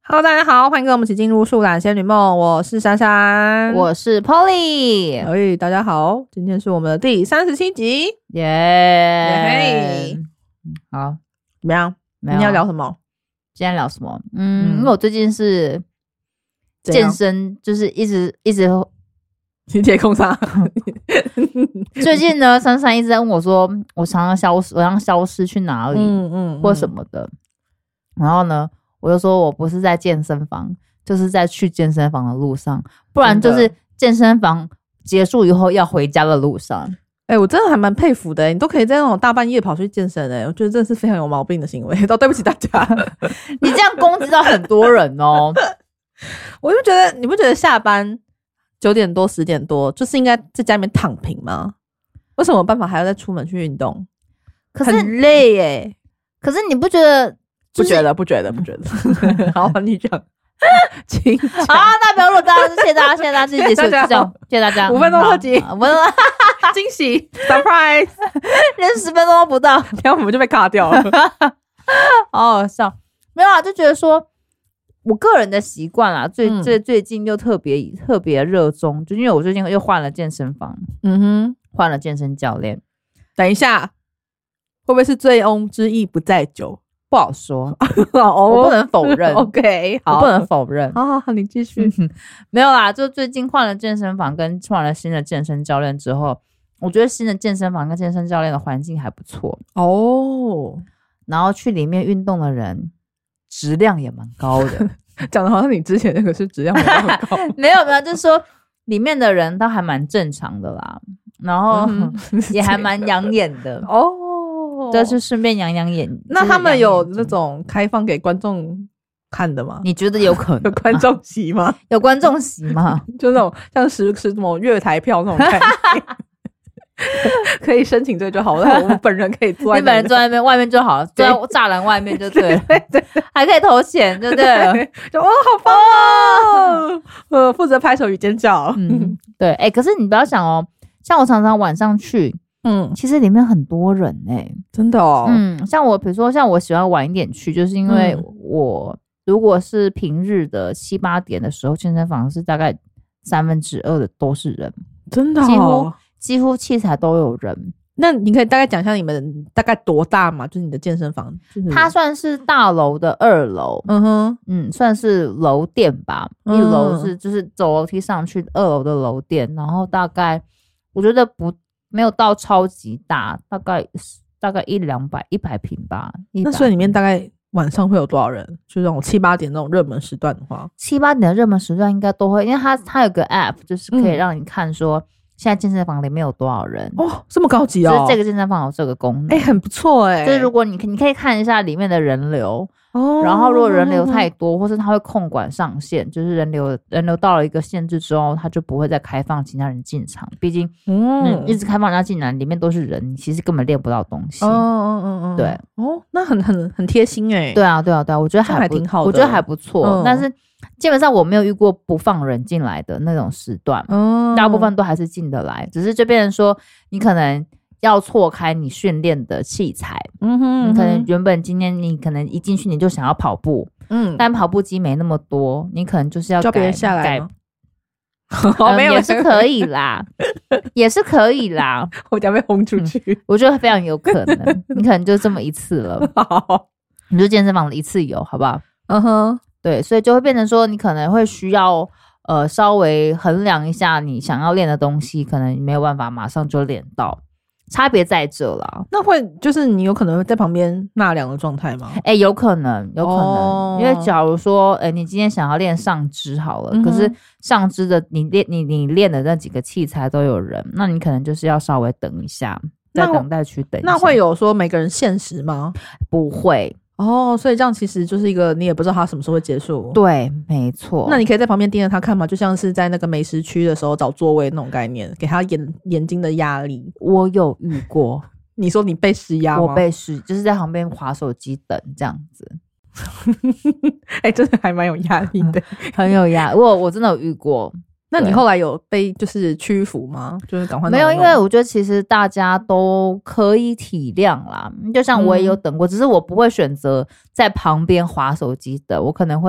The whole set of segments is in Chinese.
Hello， 大家好，欢迎跟我们一起进入树懒仙女梦。我是珊珊， 我是 Polly。 大家好，今天是我们的第37集， 耶！好， 怎么样？ 没有今天要聊什么？ 今天聊什么？因为我最近是健身，就是一直你铁空啥？ 最近呢，珊珊一直在问我说，我常常消失去哪里，或什么的。然后呢，我就说我不是在健身房，就是在去健身房的路上，不然就是健身房结束以后要回家的路上。 我真的还蛮佩服的，你都可以在那种大半夜跑去健身我觉得这是非常有毛病的行为。对不起大家， 你这样攻击到很多人哦。 我就觉得，你不觉得下班9点多10点多就是应该在家里面躺平吗？为什么有办法还要再出门去运动？ 可是很累耶。 可是你不觉得？ 不觉得。好，你讲。 好，那不要录，谢谢大家，谢谢大家，自己结束，这样，谢谢大家。 5分钟特辑 ，5分钟惊喜 surprise， 连10分钟都不到， 然后我们就被卡掉了。 好好笑。没有啊，就觉得说我个人的习惯啦，最近又特别热衷，就因为我最近又换了健身房，换了健身教练。 等一下，会不会是醉翁之意不在酒？ 不好说，我不能否认。 OK， 好， 我不能否认。 好，你继续。 没有啦，就最近换了健身房跟换了新的健身教练之后，我觉得新的健身房跟健身教练的环境还不错哦。然后去里面运动的人质量也蛮高的， 讲的好像你之前那个是质量没有很高。 没有，就是说里面的人都还蛮正常的啦，然后也还蛮养眼的哦。就是顺便养眼。 那他们有那种开放给观众看的吗？ 你觉得有可能？ 有观众席吗？ 有观众席吗？ 就那种像什么月台票那种概念。可以申请这个就好了，我们本人可以坐在那。 你本人坐在那边，外面就好了，坐在栅栏外面就对了。对，还可以投钱，就对了。 就好棒哦！负责拍手与尖叫。 对，可是你不要想哦，像我常常晚上去。其实里面很多人真的哦。 像我，比如说像我喜欢晚一点去，就是因为我如果是平日的7、8点的时候，健身房是大概2/3的都是人， 真的哦， 几乎器材都有人。 那你可以大概讲一下你们大概多大嘛？就是你的健身房， 它算是大楼的2楼，算是楼店吧。1楼是就是走楼梯上去，2楼的楼店，然后大概我觉得没有到超级大，大概100-200平吧。 那所以里面大概晚上会有多少人？就那种7、8点那种热门时段的话 ，7、8点的热门时段应该都会，因为它有个 app， 就是可以让你看说现在健身房里面有多少人。 哦，这么高级哦！ 就是这个健身房有这个功能， 很不错就是如果你可以看一下里面的人流。然后如果人流太多，或是他会控管上限，就是人流到了一个限制之后，他就不会再开放其他人进场。毕竟一直开放人家进来，里面都是人，你其实根本练不到东西。对那很贴心对啊，我觉得还挺好的， 我觉得还不错。但是基本上我没有遇过不放人进来的那种时段，大部分都还是进得来，只是就变成说你可能要错开你训练的器材，你可能原本今天你可能一进去你就想要跑步，但跑步机没那么多，你可能就是要叫别人下来吗？ 没有，也是可以啦，也是可以啦。 我等下被轰出去， 我觉得非常有可能，你可能就这么一次了，你就健身房的一次游，好不好？对，所以就会变成说，你可能会需要稍微衡量一下你想要练的东西，可能没有办法马上就练到。差别在这啦。 那会就是你有可能会在旁边纳凉的状态吗？ 有可能，因为假如说你今天想要练上肢好了，可是上肢的你练的那几个器材都有人，那你可能就是要稍微等一下，在等待区等一下。 那会有说每个人限时吗？ 不会。 所以这样其实就是一个你也不知道他什么时候会结束。 对，没错。 那你可以在旁边盯着他看吗？就像是在那个美食区的时候找座位那种概念，给他眼睛的压力。 我有遇过。 你说你被施压吗？ 我被施，就是在旁边滑手机等这样子。 真的还蛮有压力的。 很有压力。我真的有遇过。 那你后来有被就是屈服吗？就是赶快没有，因为我觉得其实大家都可以体谅啦。就像我也有等过，只是我不会选择在旁边滑手机的，我可能会在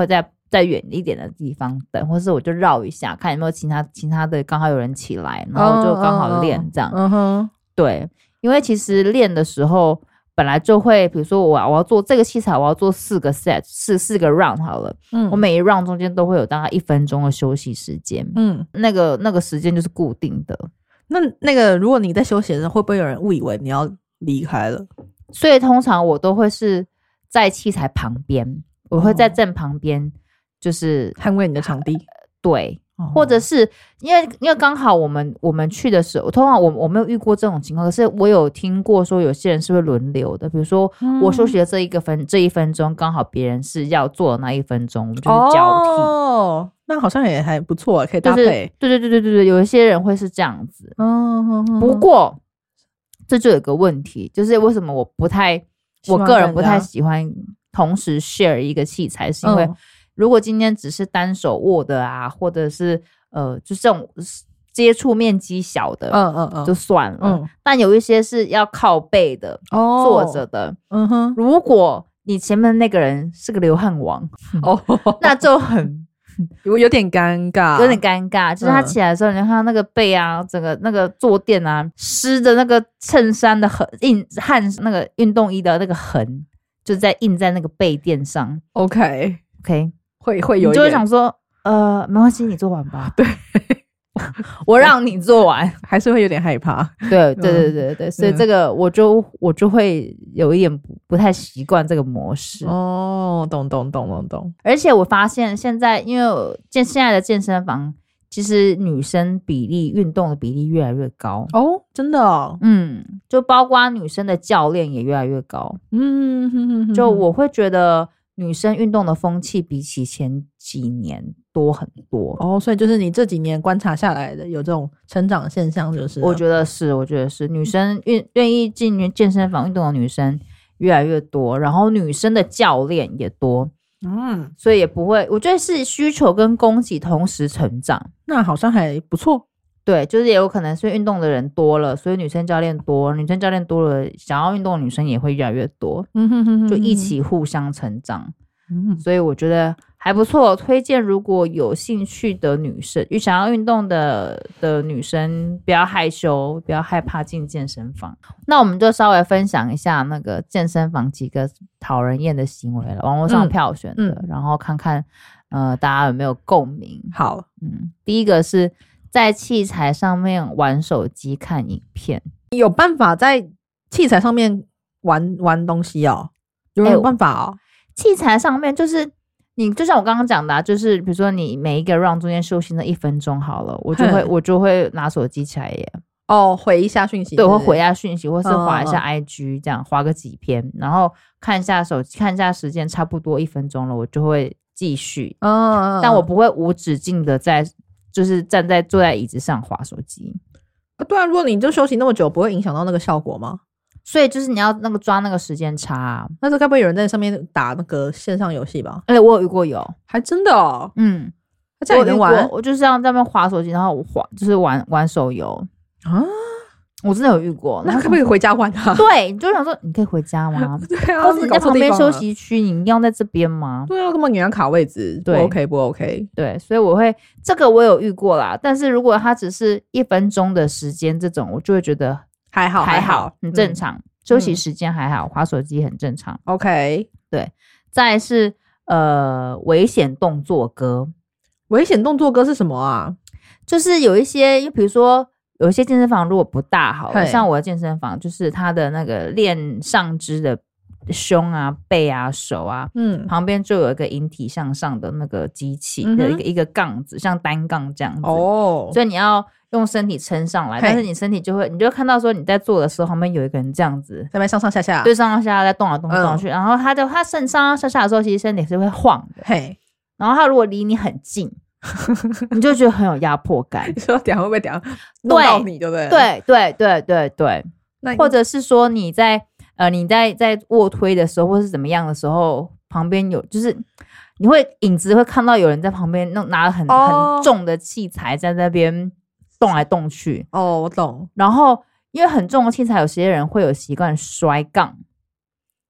再远一点的地方等，或是我就绕一下看有没有其他的刚好有人起来，然后我就刚好练这样。对，因为其实练的时候本来就会，比如说我要做这个器材，我要做4个 set， 4个 round 好了，我每一 round 中间都会有大概1分钟的休息时间，那个时间就是固定的。 那个如果你在休息的时候，会不会有人误以为你要离开了？ 所以通常我都会是在器材旁边，我会在正旁边，就是捍卫你的场地。 对，或者是因为刚好我们去的时候，通常我没有遇过这种情况，可是我有听过说有些人是会轮流的，比如说我休息的这1分钟，刚好别人是要做的那1分钟，我们就是交替。 那好像也还不错，可以搭配。 对，有一些人会是这样子。不过这就有个问题，就是为什么我个人不太喜欢同时 share 一个器材，是因为如果今天只是单手握的啊，或者是就这种接触面积小的，就算了。但有一些是要靠背的，坐着的，如果你前面那个人是个流汗王，那就很有点尴尬， 就是他起来的时候，你看他那个背啊，整个那个坐垫啊，湿的那个衬衫的汗那个运动衣的那个痕，就印在那个背垫上。 OK， 会有一点， 你就会想说，没关系，你做完吧。对，我让你做完， 还是会有点害怕。 对，所以这个我就会有一点不太习惯这个模式。 懂。 而且我发现现在，因为现在的健身房，其实女生运动的比例越来越高。 真的哦。 就包括女生的教练也越来越高。就我会觉得女生运动的风气比起前几年多很多。 所以就是你这几年观察下来的有这种成长现象，就是我觉得是女生愿意进健身房运动的女生越来越多，然后女生的教练也多。所以也不会，我觉得是需求跟供给同时成长， 那好像还不错。 对，就是也有可能是运动的人多了，所以女生教练多了，想要运动的女生也会越来越多。就一起互相成长。所以我觉得还不错，推荐如果有兴趣的女生，想要运动的女生，不要害羞，不要害怕进健身房。那我们就稍微分享一下那个健身房几个讨人厌的行为了，网络上票选的，然后看看大家有没有共鸣。 好， 第一个是在器材上面玩手机看影片。 有办法在器材上面玩东西哦？有办法哦？ 器材上面就是你就像我刚刚讲的，就是比如说你每一个 round 中间休息那1分钟好了，我就会拿手机起来耶。 回一下讯息。 对，会回一下讯息，或是滑一下 IG 这样，滑个几篇，然后看一下手机，看一下时间差不多1分钟了，我就会继续。但我不会无止境的就是坐在椅子上滑手机。 对啊，如果你就休息那么久，不会影响到那个效果吗？ 所以就是你要抓那个时间差。 那这该不会有人在上面打那个线上游戏吧？ 我有遇过，有， 还真的哦。这样也能玩？ 我就是要在那边滑手机，然后就是玩手游啊。我真的有遇过。 那可不可以回家玩啊？ 对，你就想说你可以回家吗？ 对啊， 或者你在旁边休息区，你一定要在这边吗？ 对啊，根本给人卡位置，不 OK 不 OK。 对，所以这个我有遇过啦。但是如果它只是1分钟的时间，这种我就会觉得还好，很正常。休息时间还好，滑手机很正常。 OK， 对。再来是危险动作歌。 危险动作歌是什么啊？ 就是有一些，比如说有一些健身房如果不大好了，像我的健身房，就是它的那个练上肢的胸啊、背啊、手啊，旁边就有一个引体向上的那个机器的一个杠子，像单杠这样子。所以你要用身体撑上来，但是你身体就会看到说你在做的时候，旁边有一个人这样子在那边上上下下， 对，上上下下在动来动去，然后他上上下下的时候，其实身体是会晃的。然后他如果离你很近，你就觉得很有压迫感。 你说等下会不会等下弄到你，对不对？ 对。或者是说你在卧推的时候，或是怎么样的时候，旁边有就是你会影子会看到有人在旁边拿了很重的器材在那边动来动去。我懂。然后因为很重的器材，有些人会有习惯摔杠，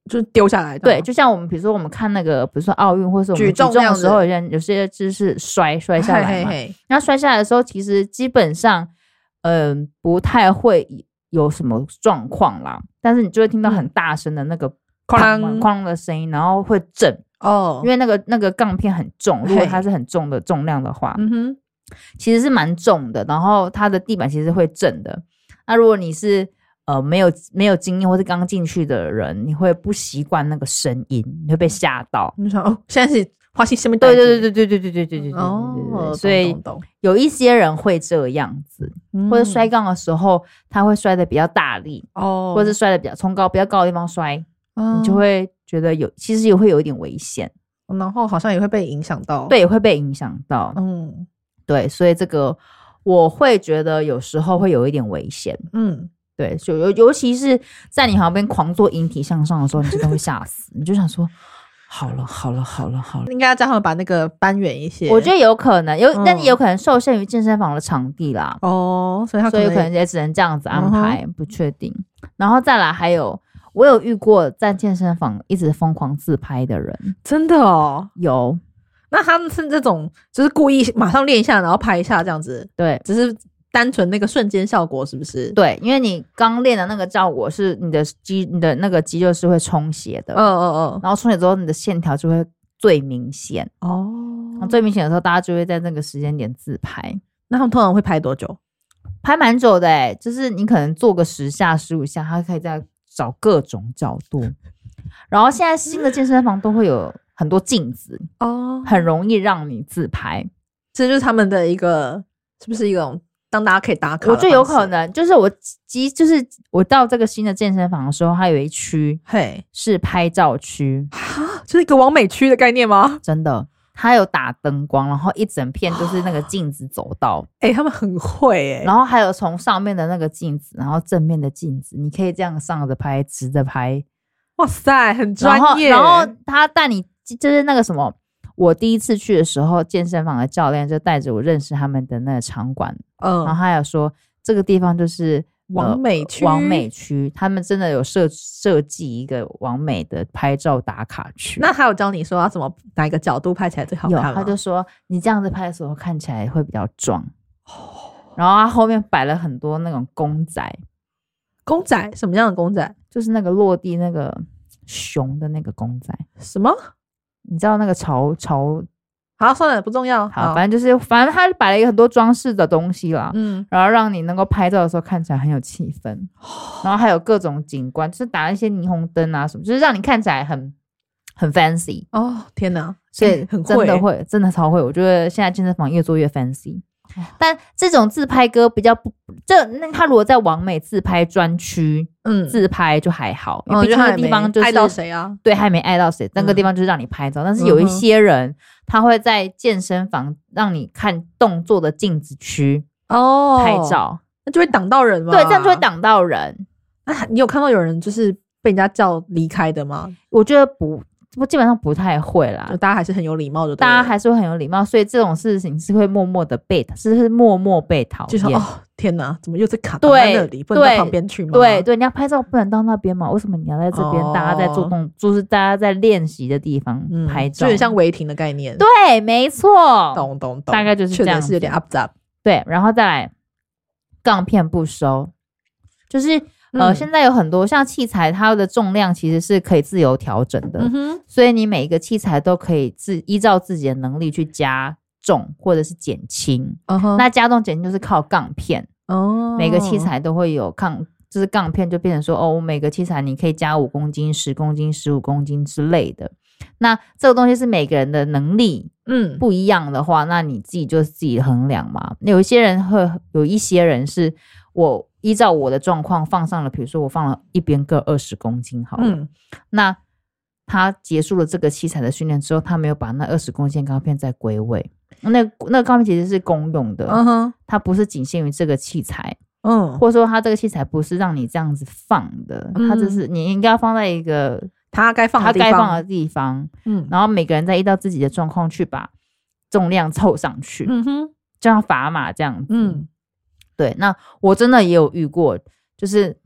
就是丢下来的。 对，就像我们比如说我们看那个，比如说奥运或者是我们举重的时候，有些就是摔下来嘛。那摔下来的时候，其实基本上，不太会有什么状况啦，但是你就会听到很大声的那个哐哐的声音，然后会震因为那个钢片很重，如果它是很重的重量的话，其实是蛮重的，然后它的地板其实会震的。那如果你是没有经验或是刚进去的人，你会不习惯那个声音，你会被吓到。 你想现在是花心什么？ 对，所以有一些人会这样子，或者摔杠的时候，他会摔得比较大力或者是摔得比较从比较高的地方摔，你就会觉得其实也会有一点危险， 然后好像也会被影响到。 对，也会被影响到。对，所以这个我会觉得有时候会有一点危险。对，尤其是在你旁边狂做引体向上的时候，你真的会吓死。你就想说，好了，应该要叫他们把那个搬远一些。我觉得有可能，但是有可能受限于健身房的场地啦。所以可能也只能这样子安排，不确定。然后再来还有，我有遇过在健身房一直疯狂自拍的人。 真的有。 那他们是这种就是故意马上练一下然后拍一下这样子？对，只是单纯那个瞬间效果是不是？对， 因为你刚练的那个效果是你的那个肌肉是会充血的。然后充血之后你的线条就会最明显。最明显的时候大家就会在那个时间点自拍。 那他们通常会拍多久？ 拍蛮久的就是你可能做个10下15下，他可以再找各种角度。然后现在新的健身房都会有很多镜子很容易让你自拍。 这就是他们的一个，是不是一种当大家可以打卡的方式？ 我觉得有可能，就是我到这个新的健身房的时候，它有一区是拍照区， 就是一个网美区的概念吗？ 真的，它有打灯光，然后一整片就是那个镜子走道。 他们很会然后还有从上面的那个镜子，然后正面的镜子，你可以这样上着拍，直着拍。 哇塞，很专业。 然后他带你，就是那个什么，我第一次去的时候，健身房的教练就带着我认识他们的那个场馆。然后他有说这个地方就是网美区，他们真的有设计一个网美的拍照打卡区。 那他有教你说要怎么哪一个角度拍起来最好看吗？ 有，他就说你这样子拍的时候看起来会比较壮。然后他后面摆了很多那种公仔。 公仔？什么样的公仔？ 就是那个落地那个熊的那个公仔。 什么？ 你知道那个潮好，算了，不重要。 好，反正他摆了一个很多装饰的东西啦，然后让你能够拍照的时候看起来很有气氛。然后还有各种景观，就是打一些霓虹灯啊什么，就是让你看起来很 fancy。 天哪， 所以很会，真的超会。我觉得现在健身房越做越 fancy。但这种自拍歌比较不，那他如果在网美自拍专区自拍就还好，因为这个地方就是爱到谁啊？ 对，还没爱到谁，那个地方就是让你拍照。但是有一些人他会在健身房让你看动作的镜子区拍照， 那就会挡到人吗？ 对，这样就会挡到人。 你有看到有人就是被人家叫离开的吗？ 我觉得基本上不太会啦， 就大家还是很有礼貌的。 大家还是会很有礼貌，所以这种事情是会默默被讨厌。 就说天哪，怎么又是卡到那里，不能到旁边去吗？ 对，人家拍照不能到那边嘛？为什么你要在这边？大家在做就是大家在练习的地方拍照， 就有点像违停的概念。 对，没错， 懂， 大概就是这样子， 确实是有点 up。对， 然后再来杠片不收，就是现在有很多像器材，它的重量其实是可以自由调整的，所以你每一个器材都可以依照自己的能力去加重或者是减轻。那加重减轻就是靠杠片。每个器材都会有就是杠片，就变成说我每个器材你可以加5公斤、10公斤、15公斤之类的。那这个东西是每个人的能力不一样的话，那你自己就自己衡量嘛。有一些人是我依照我的状况放上了，比如说我放了一边各20公斤好了，那他结束了这个器材的训练之后，他没有把那20公斤钢片再归位。那个钢片其实是公用的，它不是仅限于这个器材，或者说它这个器材不是让你这样子放的，它就是你应该要放在一个它该放的地方，然后每个人再依照自己的状况去把重量凑上去，就像砝码这样子。对，那我真的也有遇过，就是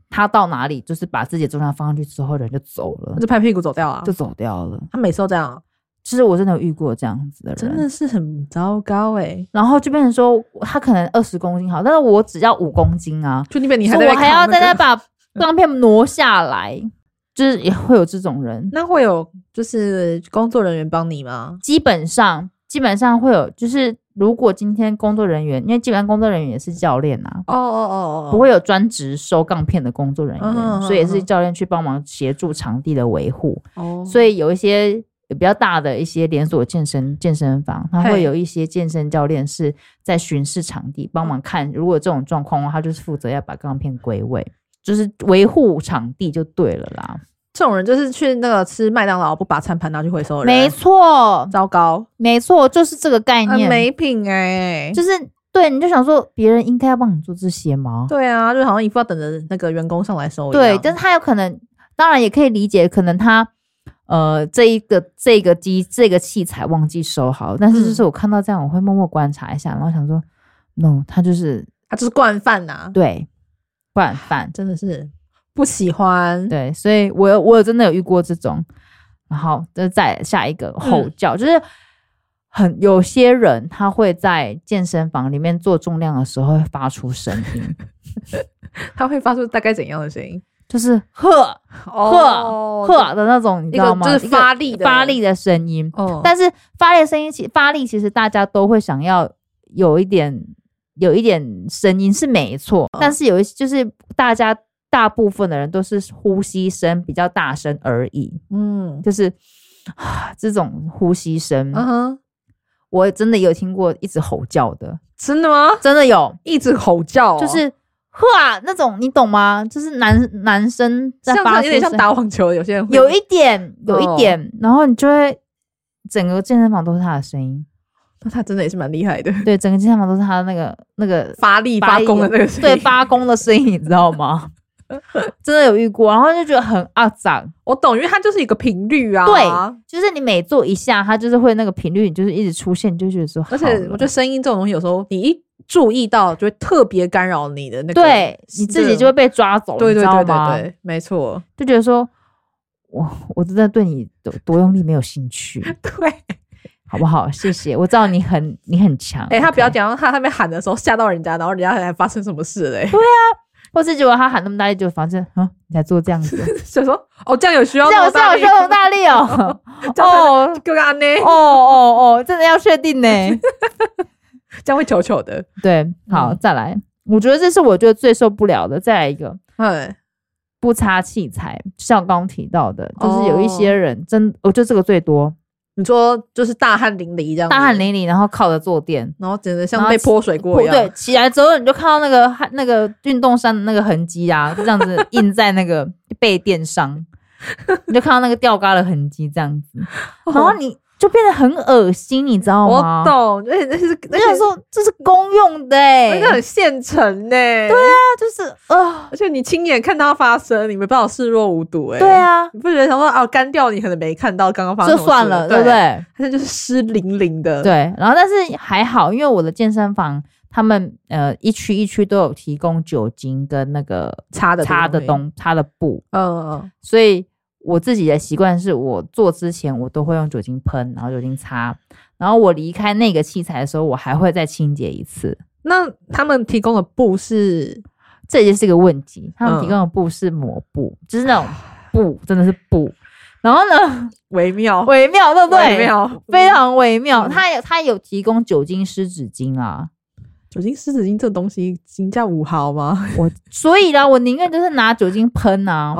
他到哪里就是把自己的重量放上去之后人就走了， 就拍屁股走掉啊， 就走掉了。 他每次都这样， 就是我真的有遇过这样子的人， 真的是很糟糕然后就变成说他可能20公斤好，但是我只要5公斤啊， 就你还我还要在那把钢片挪下来，就是也会有这种人。 那会有就是工作人员帮你吗？ 基本上会有，就是如果今天工作人员，因为基本上工作人员也是教练啊，不会有专职收钢片的工作人员，所以也是教练去帮忙协助场地的维护。所以有一些比较大的一些连锁健身房，他会有一些健身教练是在巡视场地，帮忙看如果这种状况的话，他就是负责要把钢片归位，就是维护场地就对了啦。 这种人就是去那个吃麦当劳不把餐盘拿去回收的人， 没错， 糟糕， 没错，就是这个概念， 没品就是对，你就想说别人应该要帮你做这些吗？ 对啊，就好像一副要等着那个员工上来收一样。 对，但是他有可能，当然也可以理解，可能他这个器材忘记收好，但是就是我看到这样，我会默默观察一下，然后想说 ，no， 他就是惯犯呐， 对，惯犯真的是。不喜欢， 对，所以我有真的有遇过这种，然后再下一个吼叫，就是有些人他会在健身房里面做重量的时候会发出声音， 他会发出大概怎样的声音？ 就是呵的那种，你知道吗？ 就是发力的声音。但是发力的声音，发力其实大家都会想要有一点声音是没错，但是有一些就是大部分的人都是呼吸声比较大声而已，就是这种呼吸声，我真的有听过一直吼叫的。 真的吗？ 真的有一直吼叫， 就是那种，你懂吗？就是男生在发出声， 有点像打网球，有些人会有一点，然后你就会整个健身房都是他的声音。 那他真的也是蛮厉害的， 对，整个健身房都是他的那个发功的那个声音， 对，发功的声音，你知道吗？真的有遇过，然后就觉得很肮脏。 我懂，因为它就是一个频率啊。 对，就是你每做一下，它就是会那个频率，就是一直出现，就觉得说。 而且我觉得声音这种东西，有时候你一注意到，就会特别干扰你的那个， 对你自己就会被抓走， 对， 你知道吗？ 对，没错， 就觉得说，我真的对你多用力没有兴趣， 对， 好不好？谢谢，我知道你很强。 他不要讲他那边喊的时候吓到人家，然后人家还发生什么事嘞？ 对啊。或是结果他喊那么大力，就发现你才做这样子， 想说这样有需要这样有需要那么大力哥哥安呢？ 真的要确定呢， 这样会糗糗的。对， 好，再来，我觉得我觉得最受不了的，再来一个，不擦器材，像我刚刚提到的，就是有一些人我觉得这个最多。 你说就是大汗淋漓这样， 大汗淋漓，然后靠着坐垫， 然后简直像被泼水过一样。 对，起来之后你就看到那个运动衫的那个痕迹啊，就这样子印在那个背垫上，你就看到那个吊嘎的痕迹这样子，然后你就变得很恶心，你知道吗？ 我懂，而且我想说这是公用的那个很现成对啊，就是而且你亲眼看它发生，你没办法视若无睹对啊， 你不觉得想说干掉你可能没看到刚刚发生就算了，对不对？ 它就是湿淋淋的， 对。然后但是还好，因为我的健身房他们一区一区都有提供酒精跟那个擦的布，所以。我自己的习惯是我做之前我都会用酒精喷，然后酒精擦，然后我离开那个器材的时候我还会再清洁一次。 那他们提供的布是， 这也是一个问题，他们提供的布是抹布，就是那种布，真的是布。然后呢， 微妙对不对？微妙，非常微妙。他有提供酒精湿纸巾啊， 酒精湿纸巾这东西金价5毫吗？ 所以啦，我宁愿就是拿酒精喷啊，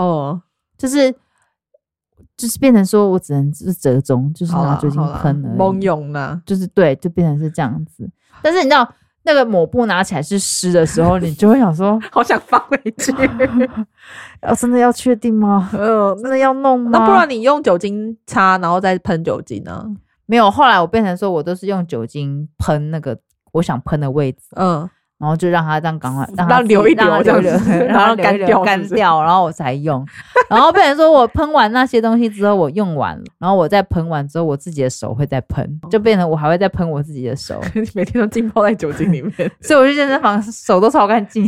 就是变成说我只能就是折中，就是拿酒精喷而已， 蒙用啦， 就是对，就变成是这样子。但是你知道那个抹布拿起来是湿的时候，你就会想说， 好想放回去。 真的要确定吗？真的要弄吗？ 那不然你用酒精擦，然后再喷酒精呢？ 没有，后来我变成说我都是用酒精喷那个我想喷的位置，然后就让它这样赶快让它流一流这样子， 然后干掉，然后我才用。然后变成说我喷完那些东西之后我用完了，然后我再喷完之后我自己的手会再喷，就变成我还会再喷我自己的手。 每天都浸泡在酒精里面， 所以我去健身房手都超干净。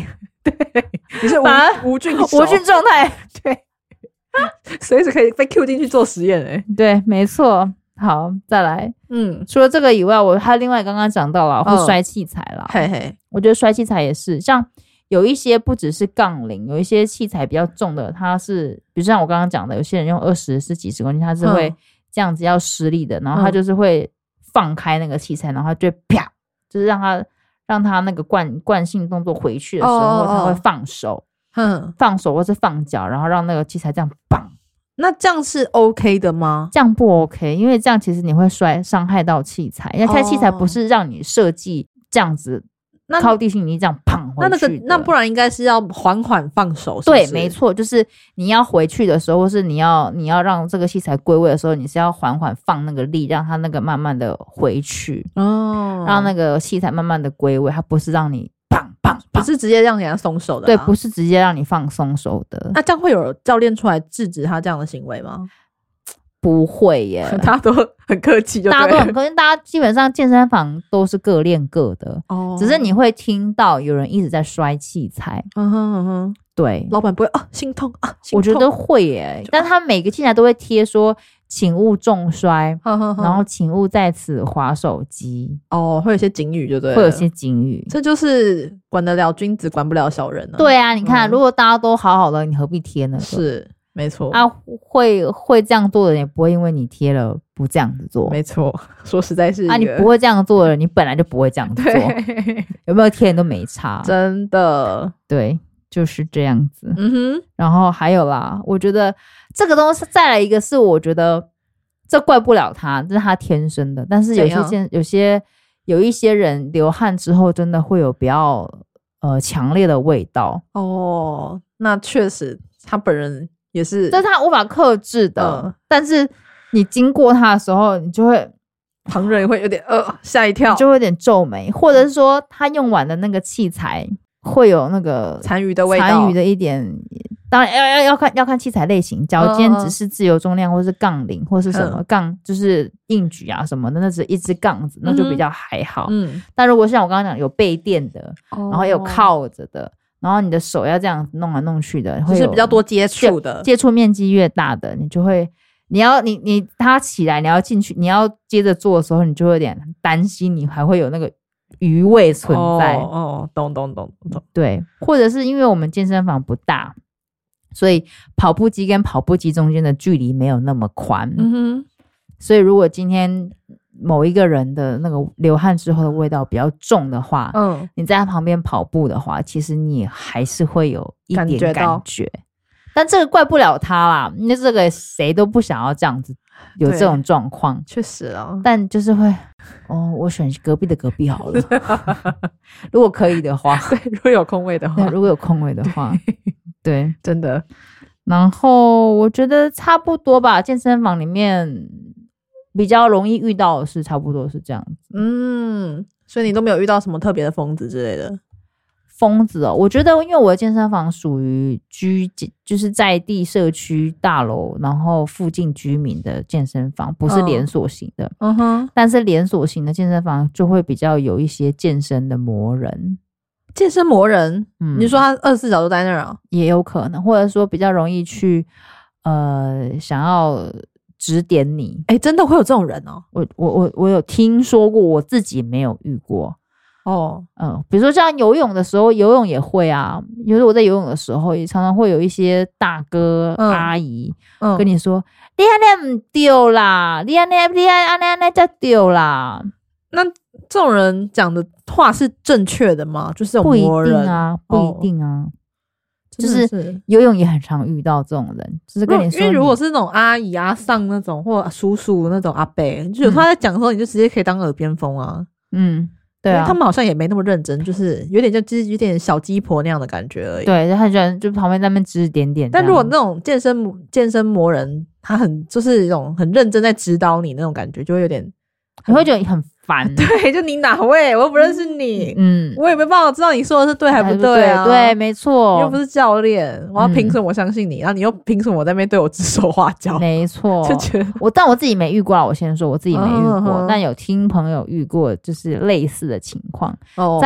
你是无菌状态， 对，随时可以被 Q 进去做实验对，没错。好，再来，除了这个以外，我还有另外刚刚讲到了会摔器材啦， 嘿嘿， 我觉得摔器材也是，像有一些不只是杠铃，有一些器材比较重的，它是比如像我刚刚讲的，有些人用20是几十公斤，它是会这样子要施力的，然后它就是会放开那个器材，然后就啪，就是让它那个惯性动作回去的时候，它会放手，放手或是放脚，然后让那个器材这样绑。 那这样是 OK 的吗？ 这样不 OK， 因为这样其实你会伤害到器材，因为器材不是让你设计这样子靠地心引力这样砰回去的。 那不然应该是要缓缓放手，是不是？ 对，没错，就是你要回去的时候，或是你要让这个器材归位的时候，你是要缓缓放那个力，让它那个慢慢的回去，让那个器材慢慢的归位，它不是让你不是直接让人家松手的， 对，不是直接让你放松手的。 那这样会有教练出来制止他这样的行为吗？ 不会耶， 大家都很客气， 大家都很客气，大家基本上健身房都是各练各的，只是你会听到有人一直在摔器材，对， 老板不会心痛啊， 我觉得会耶，但他每个器材都会贴说请勿重摔，然后请勿在此滑手机， 会有些警语，就对了， 会有些警语， 这就是管得了君子，管不了小人啊。 对啊，你看，如果大家都好好的，你何必贴呢？ 是没错啊，会这样做的人也不会因为你贴了不这样子做， 没错。说实在是你不会这样做的人，你本来就不会这样做，有没有贴都没差， 真的， 对。就是这样子，然后还有啦，我觉得这个东西再来一个是，我觉得这怪不了他，这是他天生的。但是有一些人流汗之后，真的会有比较强烈的味道。 那确实他本人也是， 这是他无法克制的。但是你经过他的时候，你就会旁人也会有点吓一跳， 就会有点皱眉，或者是说他用完的那个器材。会有那个残余的味道， 残余的一点，当然要看器材类型。假如今天只是自由重量，或是杠铃，或是什么杠，就是硬举啊什么的，那只一支杠子，那就比较还好。但如果像我刚刚讲有背垫的，然后有靠着的，然后你的手要这样弄来弄去的， 就是比较多接触的， 接触面积越大的，你就会。你他起来，你要进去，你要接着做的时候，你就会有点担心，你还会有那个余味存在。 懂。 对，或者是因为我们健身房不大，所以跑步机跟跑步机中间的距离没有那么宽。所以如果今天某一个人的那个流汗之后的味道比较重的话，你在他旁边跑步的话，其实你还是会有一点感觉。但这个怪不了他啦，因为这个谁都不想要这样子有这种状况， 确实啊。 但就是会，我选隔壁的隔壁好了，如果可以的话， 对，如果有空位的话， 对，如果有空位的话，对， 真的。 然后我觉得差不多吧，健身房里面比较容易遇到的是差不多是这样子。 所以你都没有遇到什么特别的疯子之类的？ 疯子我觉得因为我的健身房属于就是在地社区大楼，然后附近居民的健身房，不是连锁型的。但是连锁型的健身房就会比较有一些健身的魔人。 健身魔人？你说他24小时都在那儿啊？ 也有可能，或者说比较容易去想要指点你。 真的会有这种人哦？ 我有听说过，我自己没有遇过。比如说像游泳的时候，游泳也会啊。比如说我在游泳的时候，也常常会有一些大哥、阿姨跟你说：“你安尼不对啦，你安尼才对啦。” 那这种人讲的话是正确的吗？就是这种魔人不一定啊。就是游泳也很常遇到这种人，就是跟你说， 因为如果是那种阿姨阿桑那种，或叔叔那种阿伯，就有他在讲的时候，你就直接可以当耳边风啊。对啊，他们好像也没那么认真，就是有点小鸡婆那样的感觉而已。 对，他喜欢就旁边在那边指指点点。 但如果那种健身魔人，他就是一种很认真在指导你那种感觉，就会有点， 你会觉得很烦。 对，就你哪位，我又不认识你，我也没办法知道你说的是对还不对啊。 对，没错， 你又不是教练，我要凭什么我相信你？然后你又凭什么我在那边对我指手画脚？ 没错， 就觉得但我自己没遇过啊。我先说我自己没遇过，但有听朋友遇过，就是类似的情况。在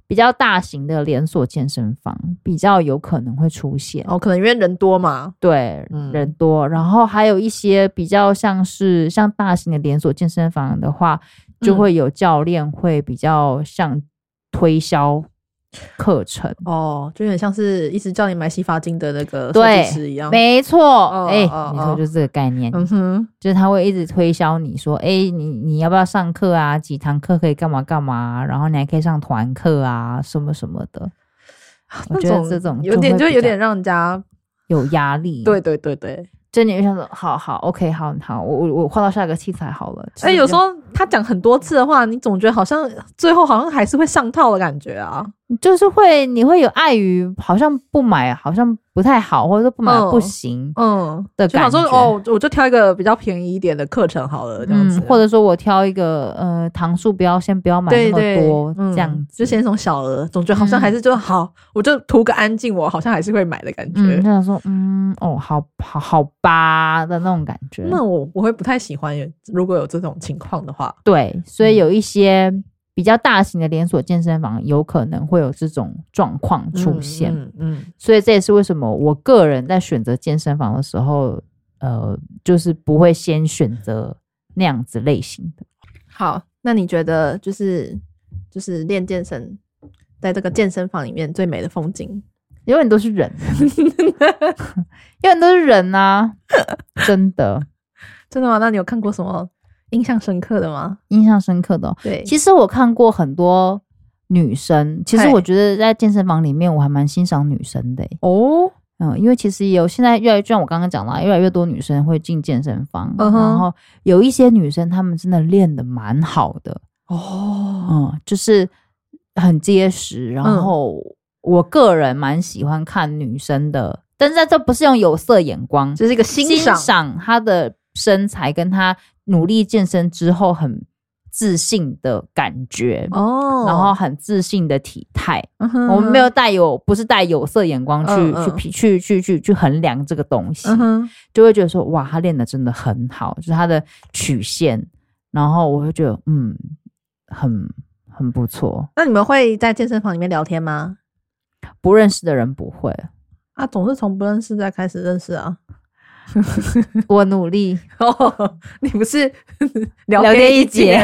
比较大型的连锁健身房比较有可能会出现可能因为人多嘛。 对，人多。然后还有一些比较像大型的连锁健身房的话，就会有教练会比较像推销课程就有点像是一直叫你买洗发精的那个设计师一样。 没错，没错，就是这个概念。就是他会一直推销你说，你要不要上课啊？几堂课可以干嘛干嘛？然后你还可以上团课啊，什么什么的。我觉得这种有点让人家有压力。 对对对对。 就你会想说，好 OK 好，我换到下一个器材好了。 有时候他讲很多次的话，你总觉得好像最后好像还是会上套的感觉啊。 就是你会有碍于好像不买好像不太好，或者说不买不行的感觉。 就想说我就挑一个比较便宜一点的课程好了，这样子。 或者说我挑一个堂数先不要买那么多，这样子就先从小额，总觉得好像还是就好，我就图个安静，我好像还是会买的感觉。 就想说好吧的那种感觉。 那我会不太喜欢，如果有这种情况的话。 对，所以有一些比较大型的连锁健身房有可能会有这种状况出现。所以这也是为什么我个人在选择健身房的时候就是不会先选择那样子类型的。 好，那你觉得就是练健身在这个健身房里面最美的风景？ 永远都是人永远都是人啊真的吗？那你有看过什么印象深刻的吗？ 印象深刻的对，其实我看过很多女生，其实我觉得在健身房里面我还蛮欣赏女生的因为其实现在越来越像我刚刚讲的，越来越多女生会进健身房，然后有一些女生她们真的练得蛮好的就是很结实，然后我个人蛮喜欢看女生的，但是这不是用有色眼光， 这是一个欣赏她的身材跟她努力健身之后很自信的感觉然后很自信的体态我们没有不是带有色眼光去衡量这个东西就会觉得说哇她练得真的很好，就是她的曲线，然后我会觉得很不错。 那你们会在健身房里面聊天吗？ 不认识的人不会总是从不认识再开始认识啊我努力你不是聊天一节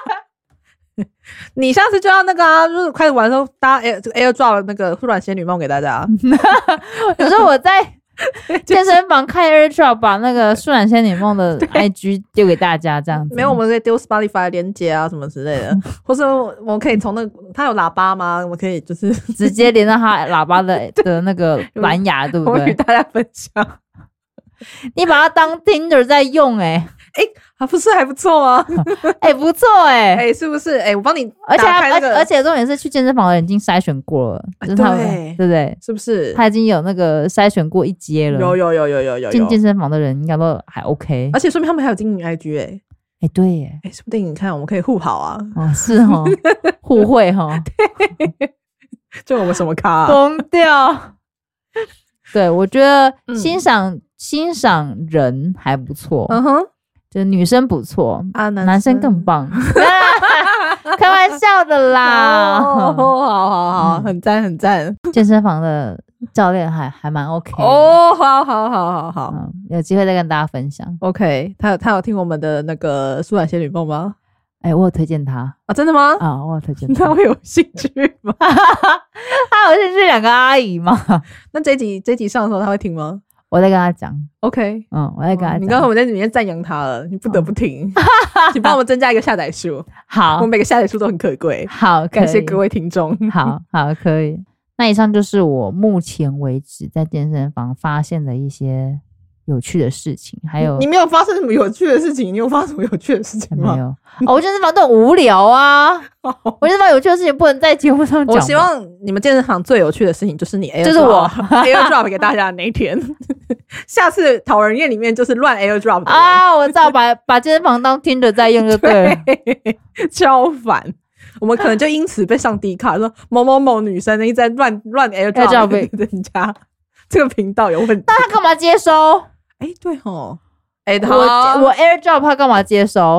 你下次就要那个就是开始玩的时候搭 AirDrop 那个软仙女梦给大家有时候我在健身房开 AirDrop 把那个舒懒仙女梦的 IG 丢给大家这样子。 没有，我们可以丢 Spotify 连结啊什么之类的或是我可以从它有喇叭吗？我们可以就是直接连到它喇叭的那个蓝牙对不对？ 我与大家分享你把它当 Tinder 在用不是还不错吗不错是不是我帮你打开而且重点是去健身房的人已经筛选过了就是他们对不对？ 是不是他已经有那个筛选过一阶了？ 有进健身房的人应该都还 OK， 而且说明他们还有经营 IG 对耶说不定你看我们可以互好啊是互惠对就我们什么咖疯掉对，我觉得欣赏人还不错就女生不错男生更棒开玩笑的啦好很赞很赞健身房的教练还蛮 OK 的好有机会再跟大家分享 OK 他有听我们的那个舒懒仙女梦吗？ 我有推荐他真的吗？ 我有推荐他。 他会有兴趣吗？ 他有兴趣2个阿姨吗？ 那这集上的时候他会听吗？ 我再跟他讲 OK 我再跟他讲你刚刚我在里面赞扬他了，你不得不听请帮我们增加一个下载数好， 我们每个下载数都很可贵好， 感谢各位听众好可以。那以上就是我目前为止在健身房发现的一些有趣的事情，还有你没有发生什么有趣的事情？你有发生什么有趣的事情吗？ 没有我健身房都很无聊啊我健身房有趣的事情不能在节目上讲。 我希望你们健身房最有趣的事情就是你 AirDrop 就是我 AirDrop 给大家的那一天下次讨人厌里面就是乱 AirDrop 的我知道把健身房当听着在用就对了超烦。我们可能就因此被上D卡说某某某女生一直在乱 AirDrop 人家这个频道有问题。 那他干嘛接收？ 对齁我 AirDrop 他干嘛接收？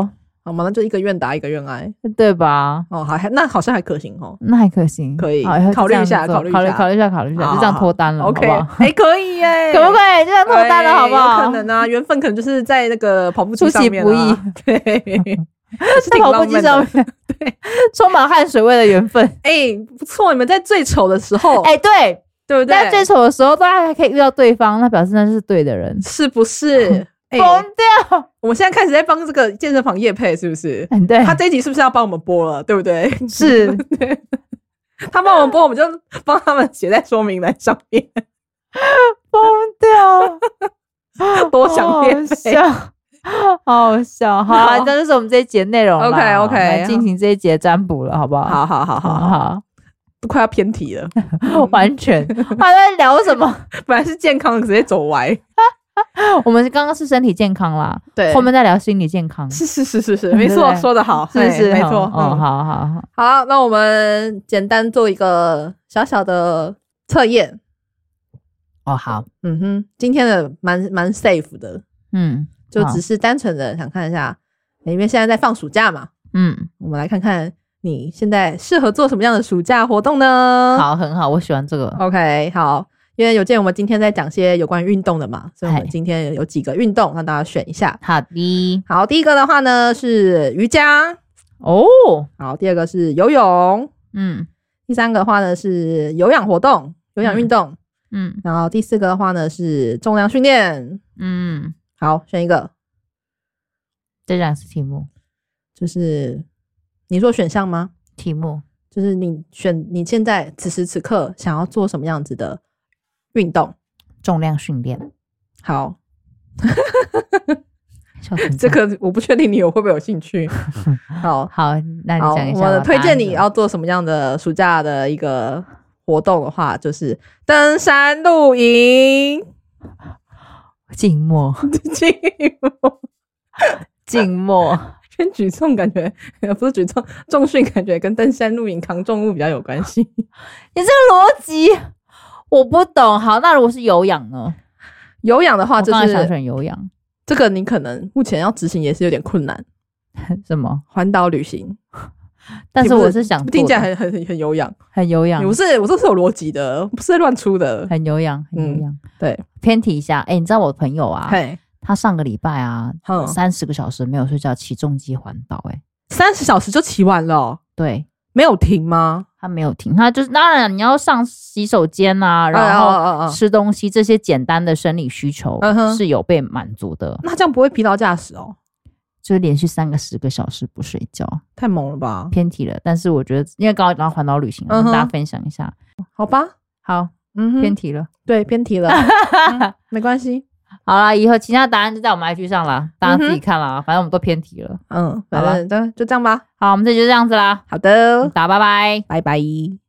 好吗？那就一个愿打一个愿挨， 对吧？ 哦，那好像还可行哦， 那还可行， 可以考虑一下，考虑一下，就这样脱单了 ，OK， 好不好？ 可以耶， 可不可以就这样脱单了，好不好？ 有可能啊，缘分可能就是在那个跑步机上面， 出其不意， 对， 在跑步机上面， 对， 充满汗水味的缘分， 不错，你们在最丑的时候， 对不对？在最丑的时候，大家还可以遇到对方，那表示那就是对的人， 是不是？ 疯掉！ 我们现在开始在帮这个健身房业配，是不是？ 对， 他这一集是不是要帮我们播了？对不对？ 是， 对，他帮我们播，我们就帮他们写在说明栏上面。 疯掉！ 多想业配， 好笑。好啦，这就是我们这一节内容了。 OK， 来进行这一节占卜了，好不好？ 好，都快要偏题了， 完全。他在聊什么？ 本来是健康的，直接走歪。 我们刚刚是身体健康啦， 对， 后面再聊心理健康。 是，没错，说得好， 是没错。好，那我们简单做一个小小的测验。 好， 今天的蛮 safe 的，就只是单纯的想看一下，因为现在在放暑假嘛，我们来看看你现在适合做什么样的暑假活动呢？ 好，很好，我喜欢这个。 OK， 好。因为有见我们今天在讲些有关于运动的嘛，所以我们今天有几个运动让大家选一下。 好的， 好，第一个的话呢是瑜伽哦， 好，第二个是游泳，第三个的话呢是有氧活动、有氧运动，然后第四个的话呢是重量训练，好，选一个。 这两是题目， 就是你说选项吗？ 题目就是你选你现在此时此刻想要做什么样子的运动？ 重量训练。 好，这个我不确定你会不会有兴趣。好， 那你讲一下。 我推荐你要做什么样的暑假的一个活动的话，就是登山露营。 静默。跟举重感觉不是举重，重训感觉跟登山露营扛重物比较有关系。 你这个逻辑我不懂。好，那如果是有氧呢？ 有氧的话，就是我刚才想选有氧。 这个你可能目前要执行也是有点困难。 什么？ 环岛旅行？ 但是我是想听起来很有氧， 很有氧。 我这是有逻辑的，不是乱出的。 很有氧， 对， 偏题一下。你知道我的朋友啊？他上个礼拜啊，30个小时没有睡觉，骑重机环岛。 30小时就骑完了？对，没有停吗？ 他没有停，他就是当然你要上洗手间啊，然后吃东西，这些简单的生理需求是有被满足的。 那这样不会疲劳驾驶哦？ 就是连续10个小时不睡觉， 太猛了吧？偏题了。但是我觉得，因为刚刚讲到环岛旅行，跟大家分享一下， 好吧？ 好，偏题了， 对，偏题了，没关系。 好啦，以后其他答案就在我们 IG 上啦，大家自己看啦。反正我们都偏题了。 反正就这样吧。 好，我们这就这样子啦。 好的， 大家拜拜， 拜拜。